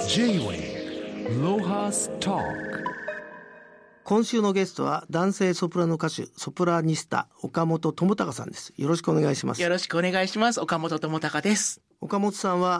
J-Wave Lohas Talk。 今週のゲストは男性ソプラノ歌手ソプラニスタ岡本智隆さんです。よろしくお願いします。 よろしくお願いします。岡本智隆です。 岡本さんは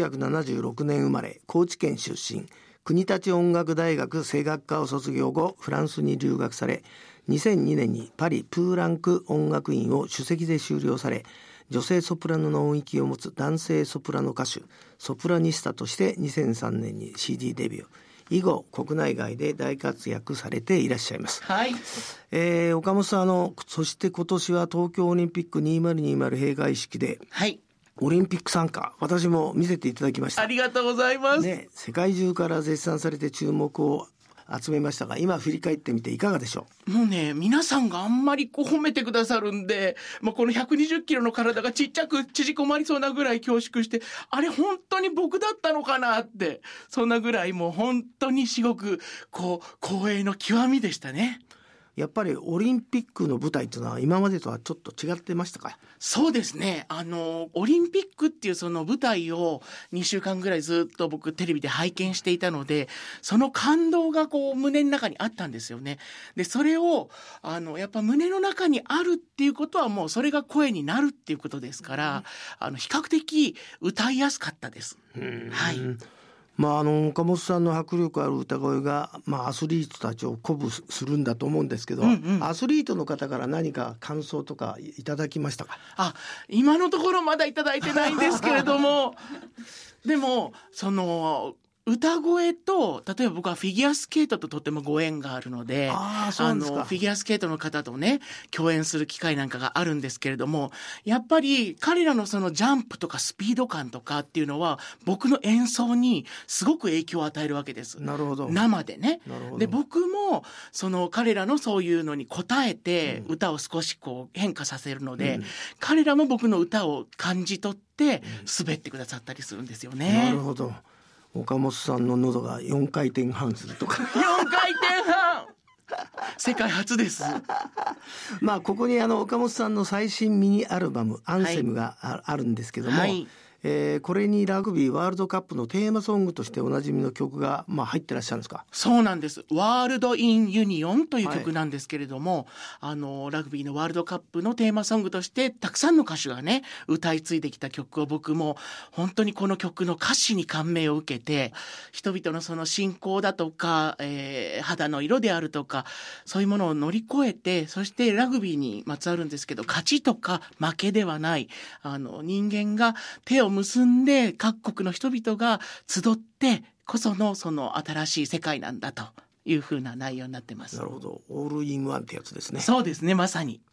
1976年生まれ、高知県出身、国立音楽大学声楽科を卒業後フランスに留学され、2002年にパリプーランク音楽院を首席で修了され、女性ソプラノの音域を持つ男性ソプラノ歌手ソプラニスタとして2003年に CD デビュー。以後国内外で大活躍されていらっしゃいます。 はい。 岡本さんそして今年は東京オリンピック2020閉会式で、 はい、 オリンピック参加、私も見せていただきました。 ありがとうございます、 ね、世界中から絶賛されて注目を集めましたが、今振り返ってみていかがでしょう。もうね、皆さんがあんまり褒めてくださるんで、この120キロの体がちっちゃく縮こまりそうなぐらい恐縮して、あれ本当に僕だったのかなって、そんなぐらいもう本当にすごく光栄の極みでしたね。 やっぱりオリンピックの舞台というのは今までとはちょっと違ってましたか？ そうですね。オリンピックっていうその舞台を2週間ぐらいずっと僕テレビで拝見していたので、その感動が胸の中にあったんですよね。で、それをやっぱ胸の中にあるっていうことはもうそれが声になるっていうことですから、比較的歌いやすかったです。はい。 岡本さんの迫力ある歌声が、アスリートたちを鼓舞するんだと思うんですけど、アスリートの方から何か感想とかいただきましたか？ 今のところまだいただいてないんですけれどもでも歌声と、例えば僕はフィギュアスケートととてもご縁があるので、 そうですか。 フィギュアスケートの方とね、共演する機会なんかがあるんですけれども、やっぱり彼らのそのジャンプとかスピード感とかっていうのは、僕の演奏にすごく影響を与えるわけです。 なるほど。 生でね。 なるほど。 で、僕も、彼らのそういうのに応えて、歌を少し変化させるので、彼らも僕の歌を感じ取って、滑ってくださったりするんですよね。 なるほど。岡本さんの喉が4回転半するとか 4回転半世界初ですここに岡本さんの最新ミニアルバムアンセムがあるんですけども、これにラグビーワールドカップのテーマソングとしておなじみの曲が入ってらっしゃるんですか？ そうなんです。ワールドインユニオンという曲なんですけれども、ラグビーのワールドカップのテーマソングとしてたくさんの歌手がね歌い継いできた曲を、僕も本当にこの曲の歌詞に感銘を受けて、人々のその信仰だとか、肌の色であるとか、そういうものを乗り越えて、そしてラグビーにまつわるんですけど、勝ちとか負けではない、人間が手を結んで各国の人々が集ってこそのその新しい世界なんだというふうな内容になってます。 なるほど。オールインワンってやつですね。 そうですね、まさに。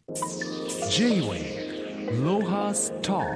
J-Wave Lohas Talk。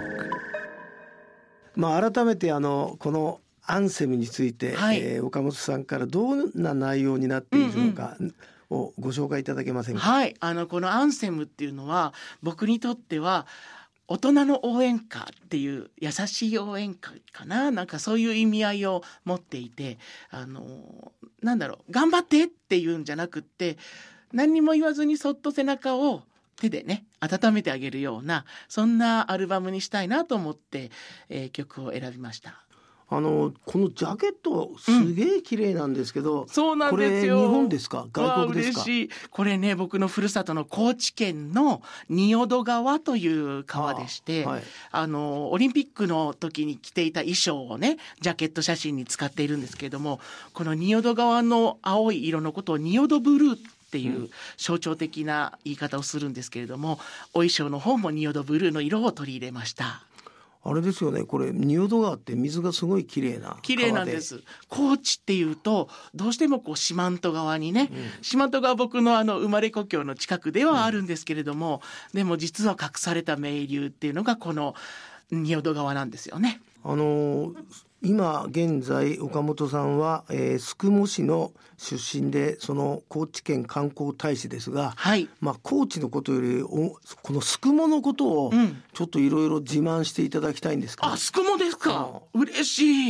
改めてこのアンセムについて、岡本さんからどんな内容になっているのかをご紹介いただけませんか？ はい、このアンセムっていうのは僕にとっては大人の応援歌っていう優しい応援歌かな、なんかそういう意味合いを持っていて、頑張ってっていうんじゃなくって、何にも言わずにそっと背中を手でね温めてあげるような、そんなアルバムにしたいなと思って、曲を選びました。 このジャケットすげえ綺麗なんですけど、 そうなんですよ。 これ日本ですか？外国ですか？ 嬉しい。これね、僕のふるさとの高知県の仁淀川という川でして、オリンピックの時に着ていた衣装をねジャケット写真に使っているんですけれども、この仁淀川の青い色のことを仁淀ブルーっていう象徴的な言い方をするんですけれども、お衣装の方も仁淀ブルーの色を取り入れました。 あれですよね、これ仁淀川って水がすごい綺麗なんです。高知っていうとどうしても四万十川にね、四万十川僕の生まれ故郷の近くではあるんですけれども、でも実は隠された名流っていうのがこの仁淀川なんですよね。 今現在岡本さんは、宿毛市の出身で、その高知県観光大使ですが、高知のことよりこの宿毛のことをちょっといろいろ自慢していただきたいんですか？ 宿毛ですか？嬉しい。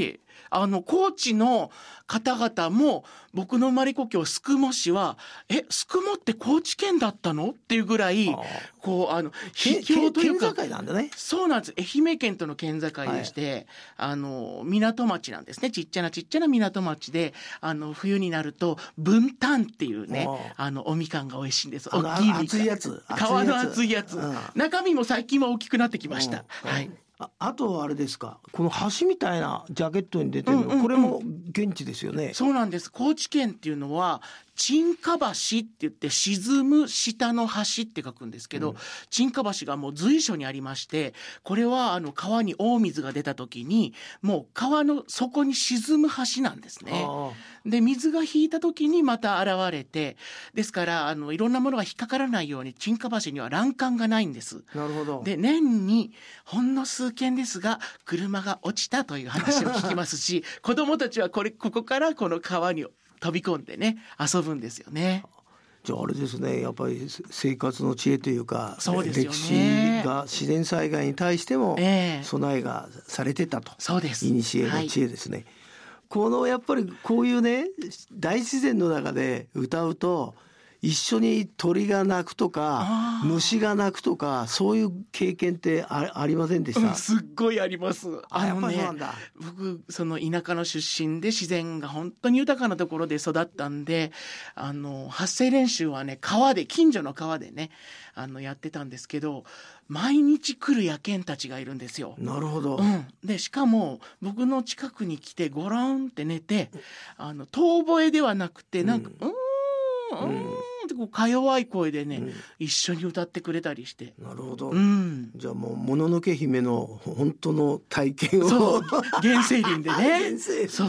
高知の方々も僕の生まれ故郷宿毛市は宿毛って高知県だったのっていうぐらいこう秘境というか県境なんだね。 そうなんです。愛媛県との県境でして、港町なんですね。ちっちゃな港町で冬になると文旦っていうねおみかんが美味しいんです。大きいみかん、 熱いやつ、 皮の厚いやつ、中身も最近は大きくなってきました。はい。 あとあれですか、この橋みたいなジャケットに出てるの、これも現地ですよね。 そうなんです。高知県っていうのは沈下橋って言って沈む下の橋って書くんですけど、沈下橋がもう随所にありまして、これは川に大水が出た時にもう川の底に沈む橋なんですね。で水が引いた時にまた現れて、ですからいろんなものが引っかからないように沈下橋には欄干がないんです。 なるほど。 で年にほんの数件ですが車が落ちたという話を聞きますし子どもたちはここからこの川に飛び込んでね遊ぶんですよね。 じゃああれですね、やっぱり生活の知恵というか、 そうですよね、 歴史が自然災害に対しても備えがされてたと、 そうです。 古の知恵ですね。このやっぱりこういうね大自然の中で歌うと一緒に鳥が鳴くとか虫が鳴くとか、そういう経験ってありませんでした？ すっごいあります。 やっぱりそうなんだ。 僕その田舎の出身で自然が本当に豊かなところで育ったんで、発声練習はね近所の川でねやってたんですけど、毎日来る野犬たちがいるんですよ。 なるほど。 でしかも僕の近くに来てゴロンって寝て遠吠えではなくてなんかってこうか弱い声でね、一緒に歌ってくれたりして。 なるほど、じゃあもうもののけ姫の本当の体験をそう原生林でねそう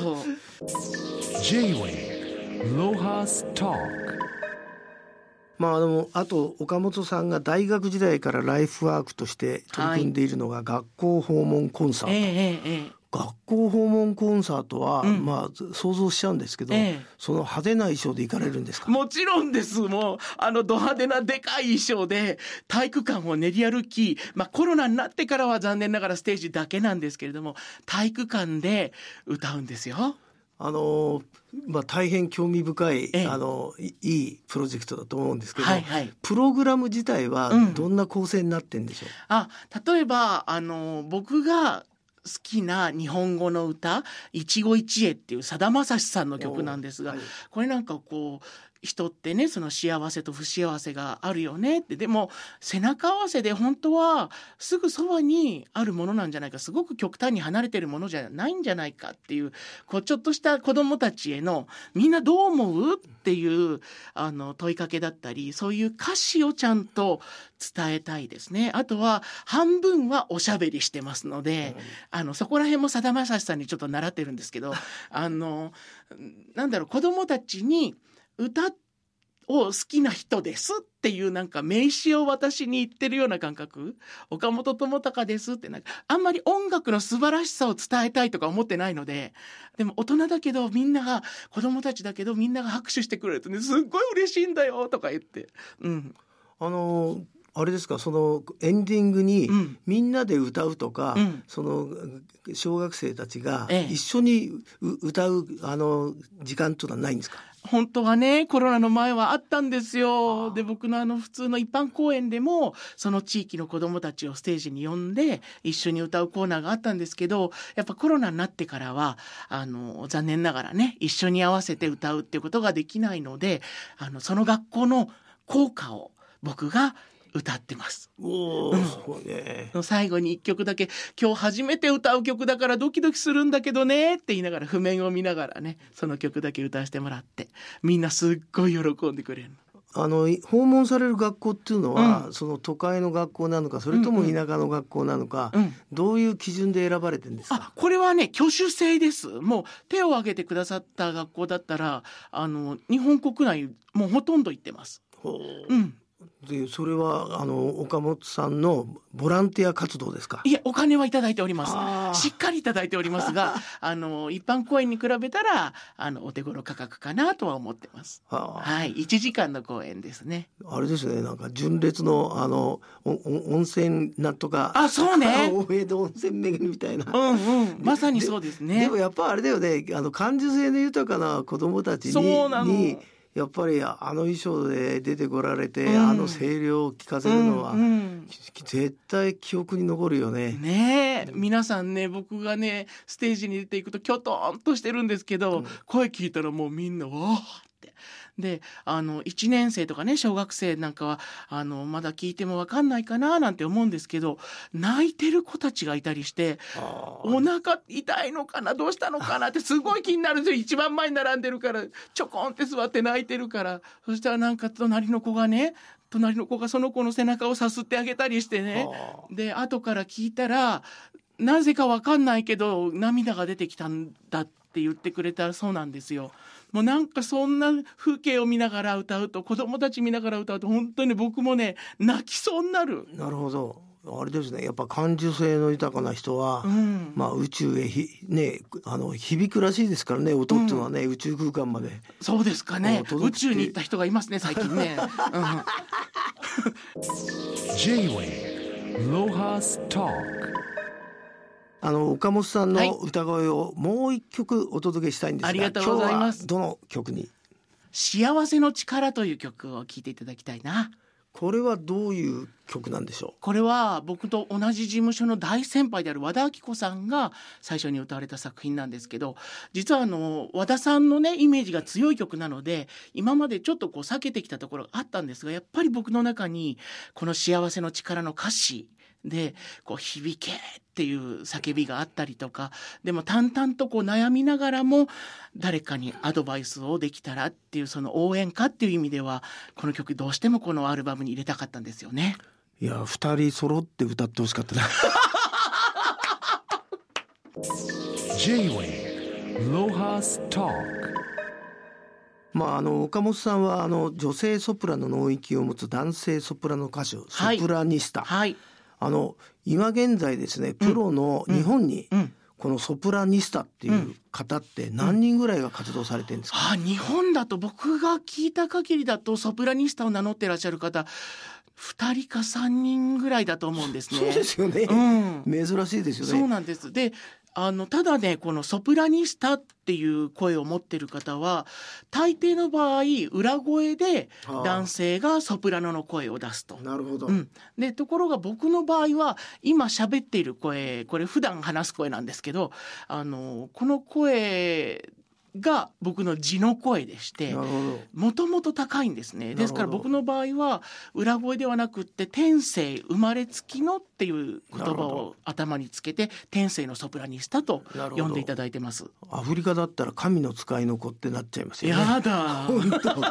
J-Way ロハストーク。 あと岡本さんが大学時代からライフワークとして取り組んでいるのが学校訪問コンサート、学校訪問コンサートは、想像しちゃうんですけど、その派手な衣装で行かれるんですか？ もちろんです。もうド派手なでかい衣装で体育館を練り歩き、コロナになってからは残念ながらステージだけなんですけれども、体育館で歌うんですよ。 大変興味深い、いいプロジェクトだと思うんですけど、プログラム自体はどんな構成になってんでしょう？ 例えば僕が好きな日本語の歌一期一会っていうさだまさしさんの曲なんですが、これなんかこう人ってねその幸せと不幸せがあるよねって、でも背中合わせで本当はすぐそばにあるものなんじゃないか、すごく極端に離れてるものじゃないんじゃないかっていうちょっとした子どもたちへのみんなどう思うっていう問いかけだったり、そういう歌詞をちゃんと伝えたいですね。あとは半分はおしゃべりしてますので、そこら辺もさだまさしさんにちょっと習ってるんですけど子どもたちに歌を好きな人ですっていうなんか名刺を私に言ってるような感覚、岡本智隆ですってあんまり音楽の素晴らしさを伝えたいとか思ってないので、でも大人だけどみんなが子供たちだけどみんなが拍手してくれるとねすっごい嬉しいんだよとか言って、 あれですか、そのエンディングにみんなで歌うとか、その小学生たちが一緒に歌う時間というのはないんですか？ 本当はねコロナの前はあったんですよ。で僕の普通の一般公演でもその地域の子どもたちをステージに呼んで一緒に歌うコーナーがあったんですけど、やっぱコロナになってからは残念ながらね一緒に合わせて歌うっていうことができないので、その学校の校歌を僕が歌ってます。 すごいね。 最後に一曲だけ、今日初めて歌う曲だからドキドキするんだけどねって言いながら譜面を見ながらねその曲だけ歌わせてもらって、みんなすっごい喜んでくれるの。 訪問される学校っていうのは、その都会の学校なのかそれとも田舎の学校なのか、どういう基準で選ばれてるんですか？ これはね挙手制です。もう手を挙げてくださった学校だったら日本国内もうほとんど行ってます。 でそれは岡本さんのボランティア活動ですか？ いえ、お金はいただいておりまあーす。しっかりいただいておりますが一般公演に比べたらお手頃価格かなとは思ってます。 あーはい、1時間の公演ですね。 あれですね、なんか純烈の温泉なんとかあ、そうね大江戸温泉巡りみたいな、 まさにそうですね。 でもやっぱあれだよね、感受性の豊かな子供たちそうなのにやっぱり衣装で出てこられて、声量を聞かせるのは、絶対記憶に残るよね。 ねえ、皆さんね、僕がねステージに出ていくとキョトンとしてるんですけど、声聞いたらもうみんなわーってで1年生とかね小学生なんかはまだ聞いても分かんないかななんて思うんですけど、泣いてる子たちがいたりして、お腹痛いのかなどうしたのかなってすごい気になるんですよ。一番前に並んでるからちょこんって座って泣いてるから、そしたらなんか隣の子がその子の背中をさすってあげたりしてね、で後から聞いたらなぜか分かんないけど涙が出てきたんだって言ってくれたそうなんですよ。もうなんかそんな風景を見ながら歌うと、子供たち見ながら歌うと本当に僕もね泣きそうになる。 なるほど。あれですね、やっぱ感受性の豊かな人は、宇宙へ響くらしいですからね、音っていうのはね、宇宙空間まで。 そうですかね。宇宙に行った人がいますね最近ね。 J-Way ロハストーク。 岡本さんの歌声をもう一曲お届けしたいんですが、 ありがとうございます。 今日はどの曲に？ 幸せの力という曲を聴いていただきたいな。 これはどういう曲なんでしょう？ これは僕と同じ事務所の大先輩である和田アキ子さんが最初に歌われた作品なんですけど、実は和田さんのねイメージが強い曲なので今までちょっと避けてきたところがあったんですが、やっぱり僕の中にこの幸せの力の歌詞で響けっていう叫びがあったりとか、でも淡々と悩みながらも誰かにアドバイスをできたらっていうその応援歌っていう意味ではこの曲どうしてもこのアルバムに入れたかったんですよね。 いや2人揃って歌ってほしかったな。 J-Way ロハストーク。 岡本さんは女性ソプラノの音域を持つ男性ソプラノ歌手、ソプラニスタ、今現在ですねプロの日本にこのソプラニスタっていう方って何人ぐらいが活動されてるんですか？ 日本だと僕が聞いた限りだとソプラニスタを名乗ってらっしゃる方2人か3人ぐらいだと思うんですね。 そうですよね、珍しいですよね。 そうなんです。でただねこのソプラニスタっていう声を持ってる方は大抵の場合裏声で男性がソプラノの声を出すと。 なるほど、 でところが僕の場合は今喋っている声、これ普段話す声なんですけどこの声が僕の地の声でしてもともと高いんですね。ですから僕の場合は裏声ではなくって天性生まれつきのっていう言葉を頭につけて天性のソプラニスタと呼んでいただいてます。 アフリカだったら神の使いの子ってなっちゃいますよね。 やだ本当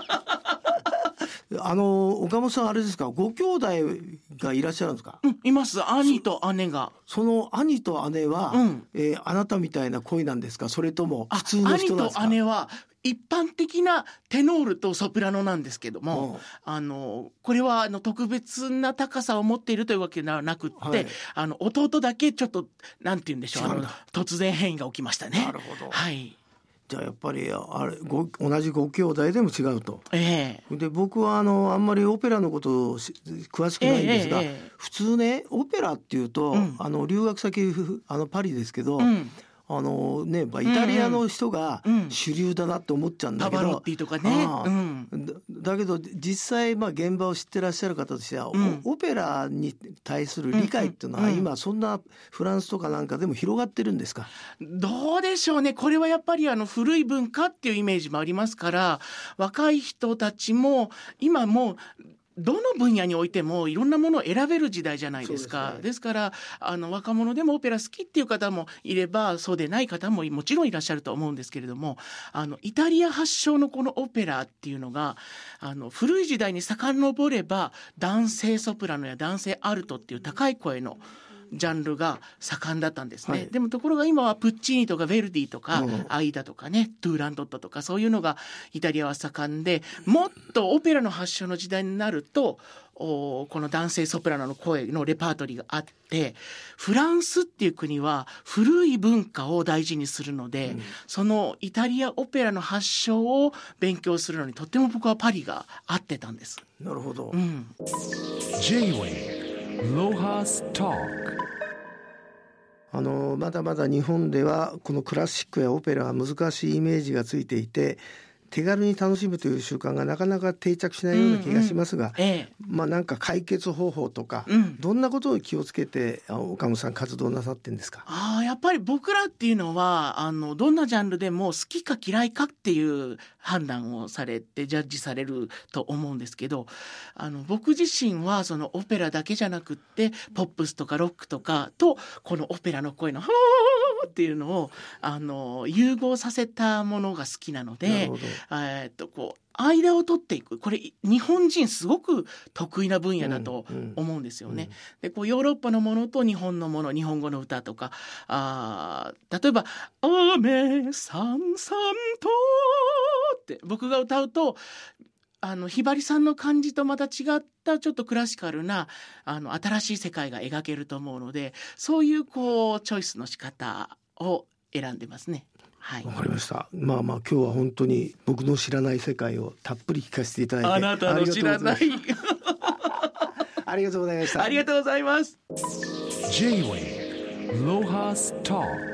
岡本さんあれですか、ご兄弟がいらっしゃるんですか？ います。兄と姉が。 その兄と姉は、あなたみたいな声なんですか、それとも普通の人なんですか？ 兄と姉は一般的なテノールとソプラノなんですけども、これは特別な高さを持っているというわけではなくって、弟だけちょっとなんて言うんでしょう、突然変異が起きましたね。 なるほど。 はい。 じゃあやっぱり同じご兄弟でも違うと。で僕はあんまりオペラのことを詳しくないんですが、普通ねオペラっていうと、留学先パリですけど、イタリアの人が主流だなって思っちゃうんだけど、 パバロッティとかね、 だけど実際現場を知ってらっしゃる方としては、オペラに対する理解っていうのは今そんなフランスとかなんかでも広がってるんですか？ どうでしょうね。これはやっぱり古い文化っていうイメージもありますから、若い人たちも今もうどの分野においてもいろんなものを選べる時代じゃないですか。ですから若者でもオペラ好きっていう方もいればそうでない方ももちろんいらっしゃると思うんですけれども、イタリア発祥のこのオペラっていうのが古い時代に遡れば男性ソプラノや男性アルトっていう高い声のジャンルが盛んだったんですね、 はい、 でもところが今はプッチーニとかヴェルディとか、アイダとかね、トゥーランドットとかそういうのがイタリアは盛んで、もっとオペラの発祥の時代になるとこの男性ソプラノの声のレパートリーがあって、フランスっていう国は古い文化を大事にするので、そのイタリアオペラの発祥を勉強するのにとっても僕はパリが合ってたんです。 なるほど、 J-Way ロハストーク。 まだまだ日本ではこのクラシックやオペラは難しいイメージがついていて、手軽に楽しむという習慣がなかなか定着しないような気がしますが、なんか解決方法とか、どんなことを気をつけて岡本さん活動なさってんですか？ やっぱり僕らっていうのはどんなジャンルでも好きか嫌いかっていう判断をされてジャッジされると思うんですけど、僕自身はそのオペラだけじゃなくってポップスとかロックとかとこのオペラの声のハーっていうのを融合させたものが好きなので、こう間を取っていく、これ日本人すごく得意な分野だと思うんですよね、でこうヨーロッパのものと日本のもの、日本語の歌とか例えば「雨さんさんと」って僕が歌うとひばりさんの感じとまた違ったちょっとクラシカルな新しい世界が描けると思うので、そういうこうチョイスの仕方を選んでますね。はい、 わかりました。今日は本当に僕の知らない世界をたっぷり聞かせていただいて、 あなたの知らないありがとうございました。 ありがとうございます。 J-Way ロハストーク。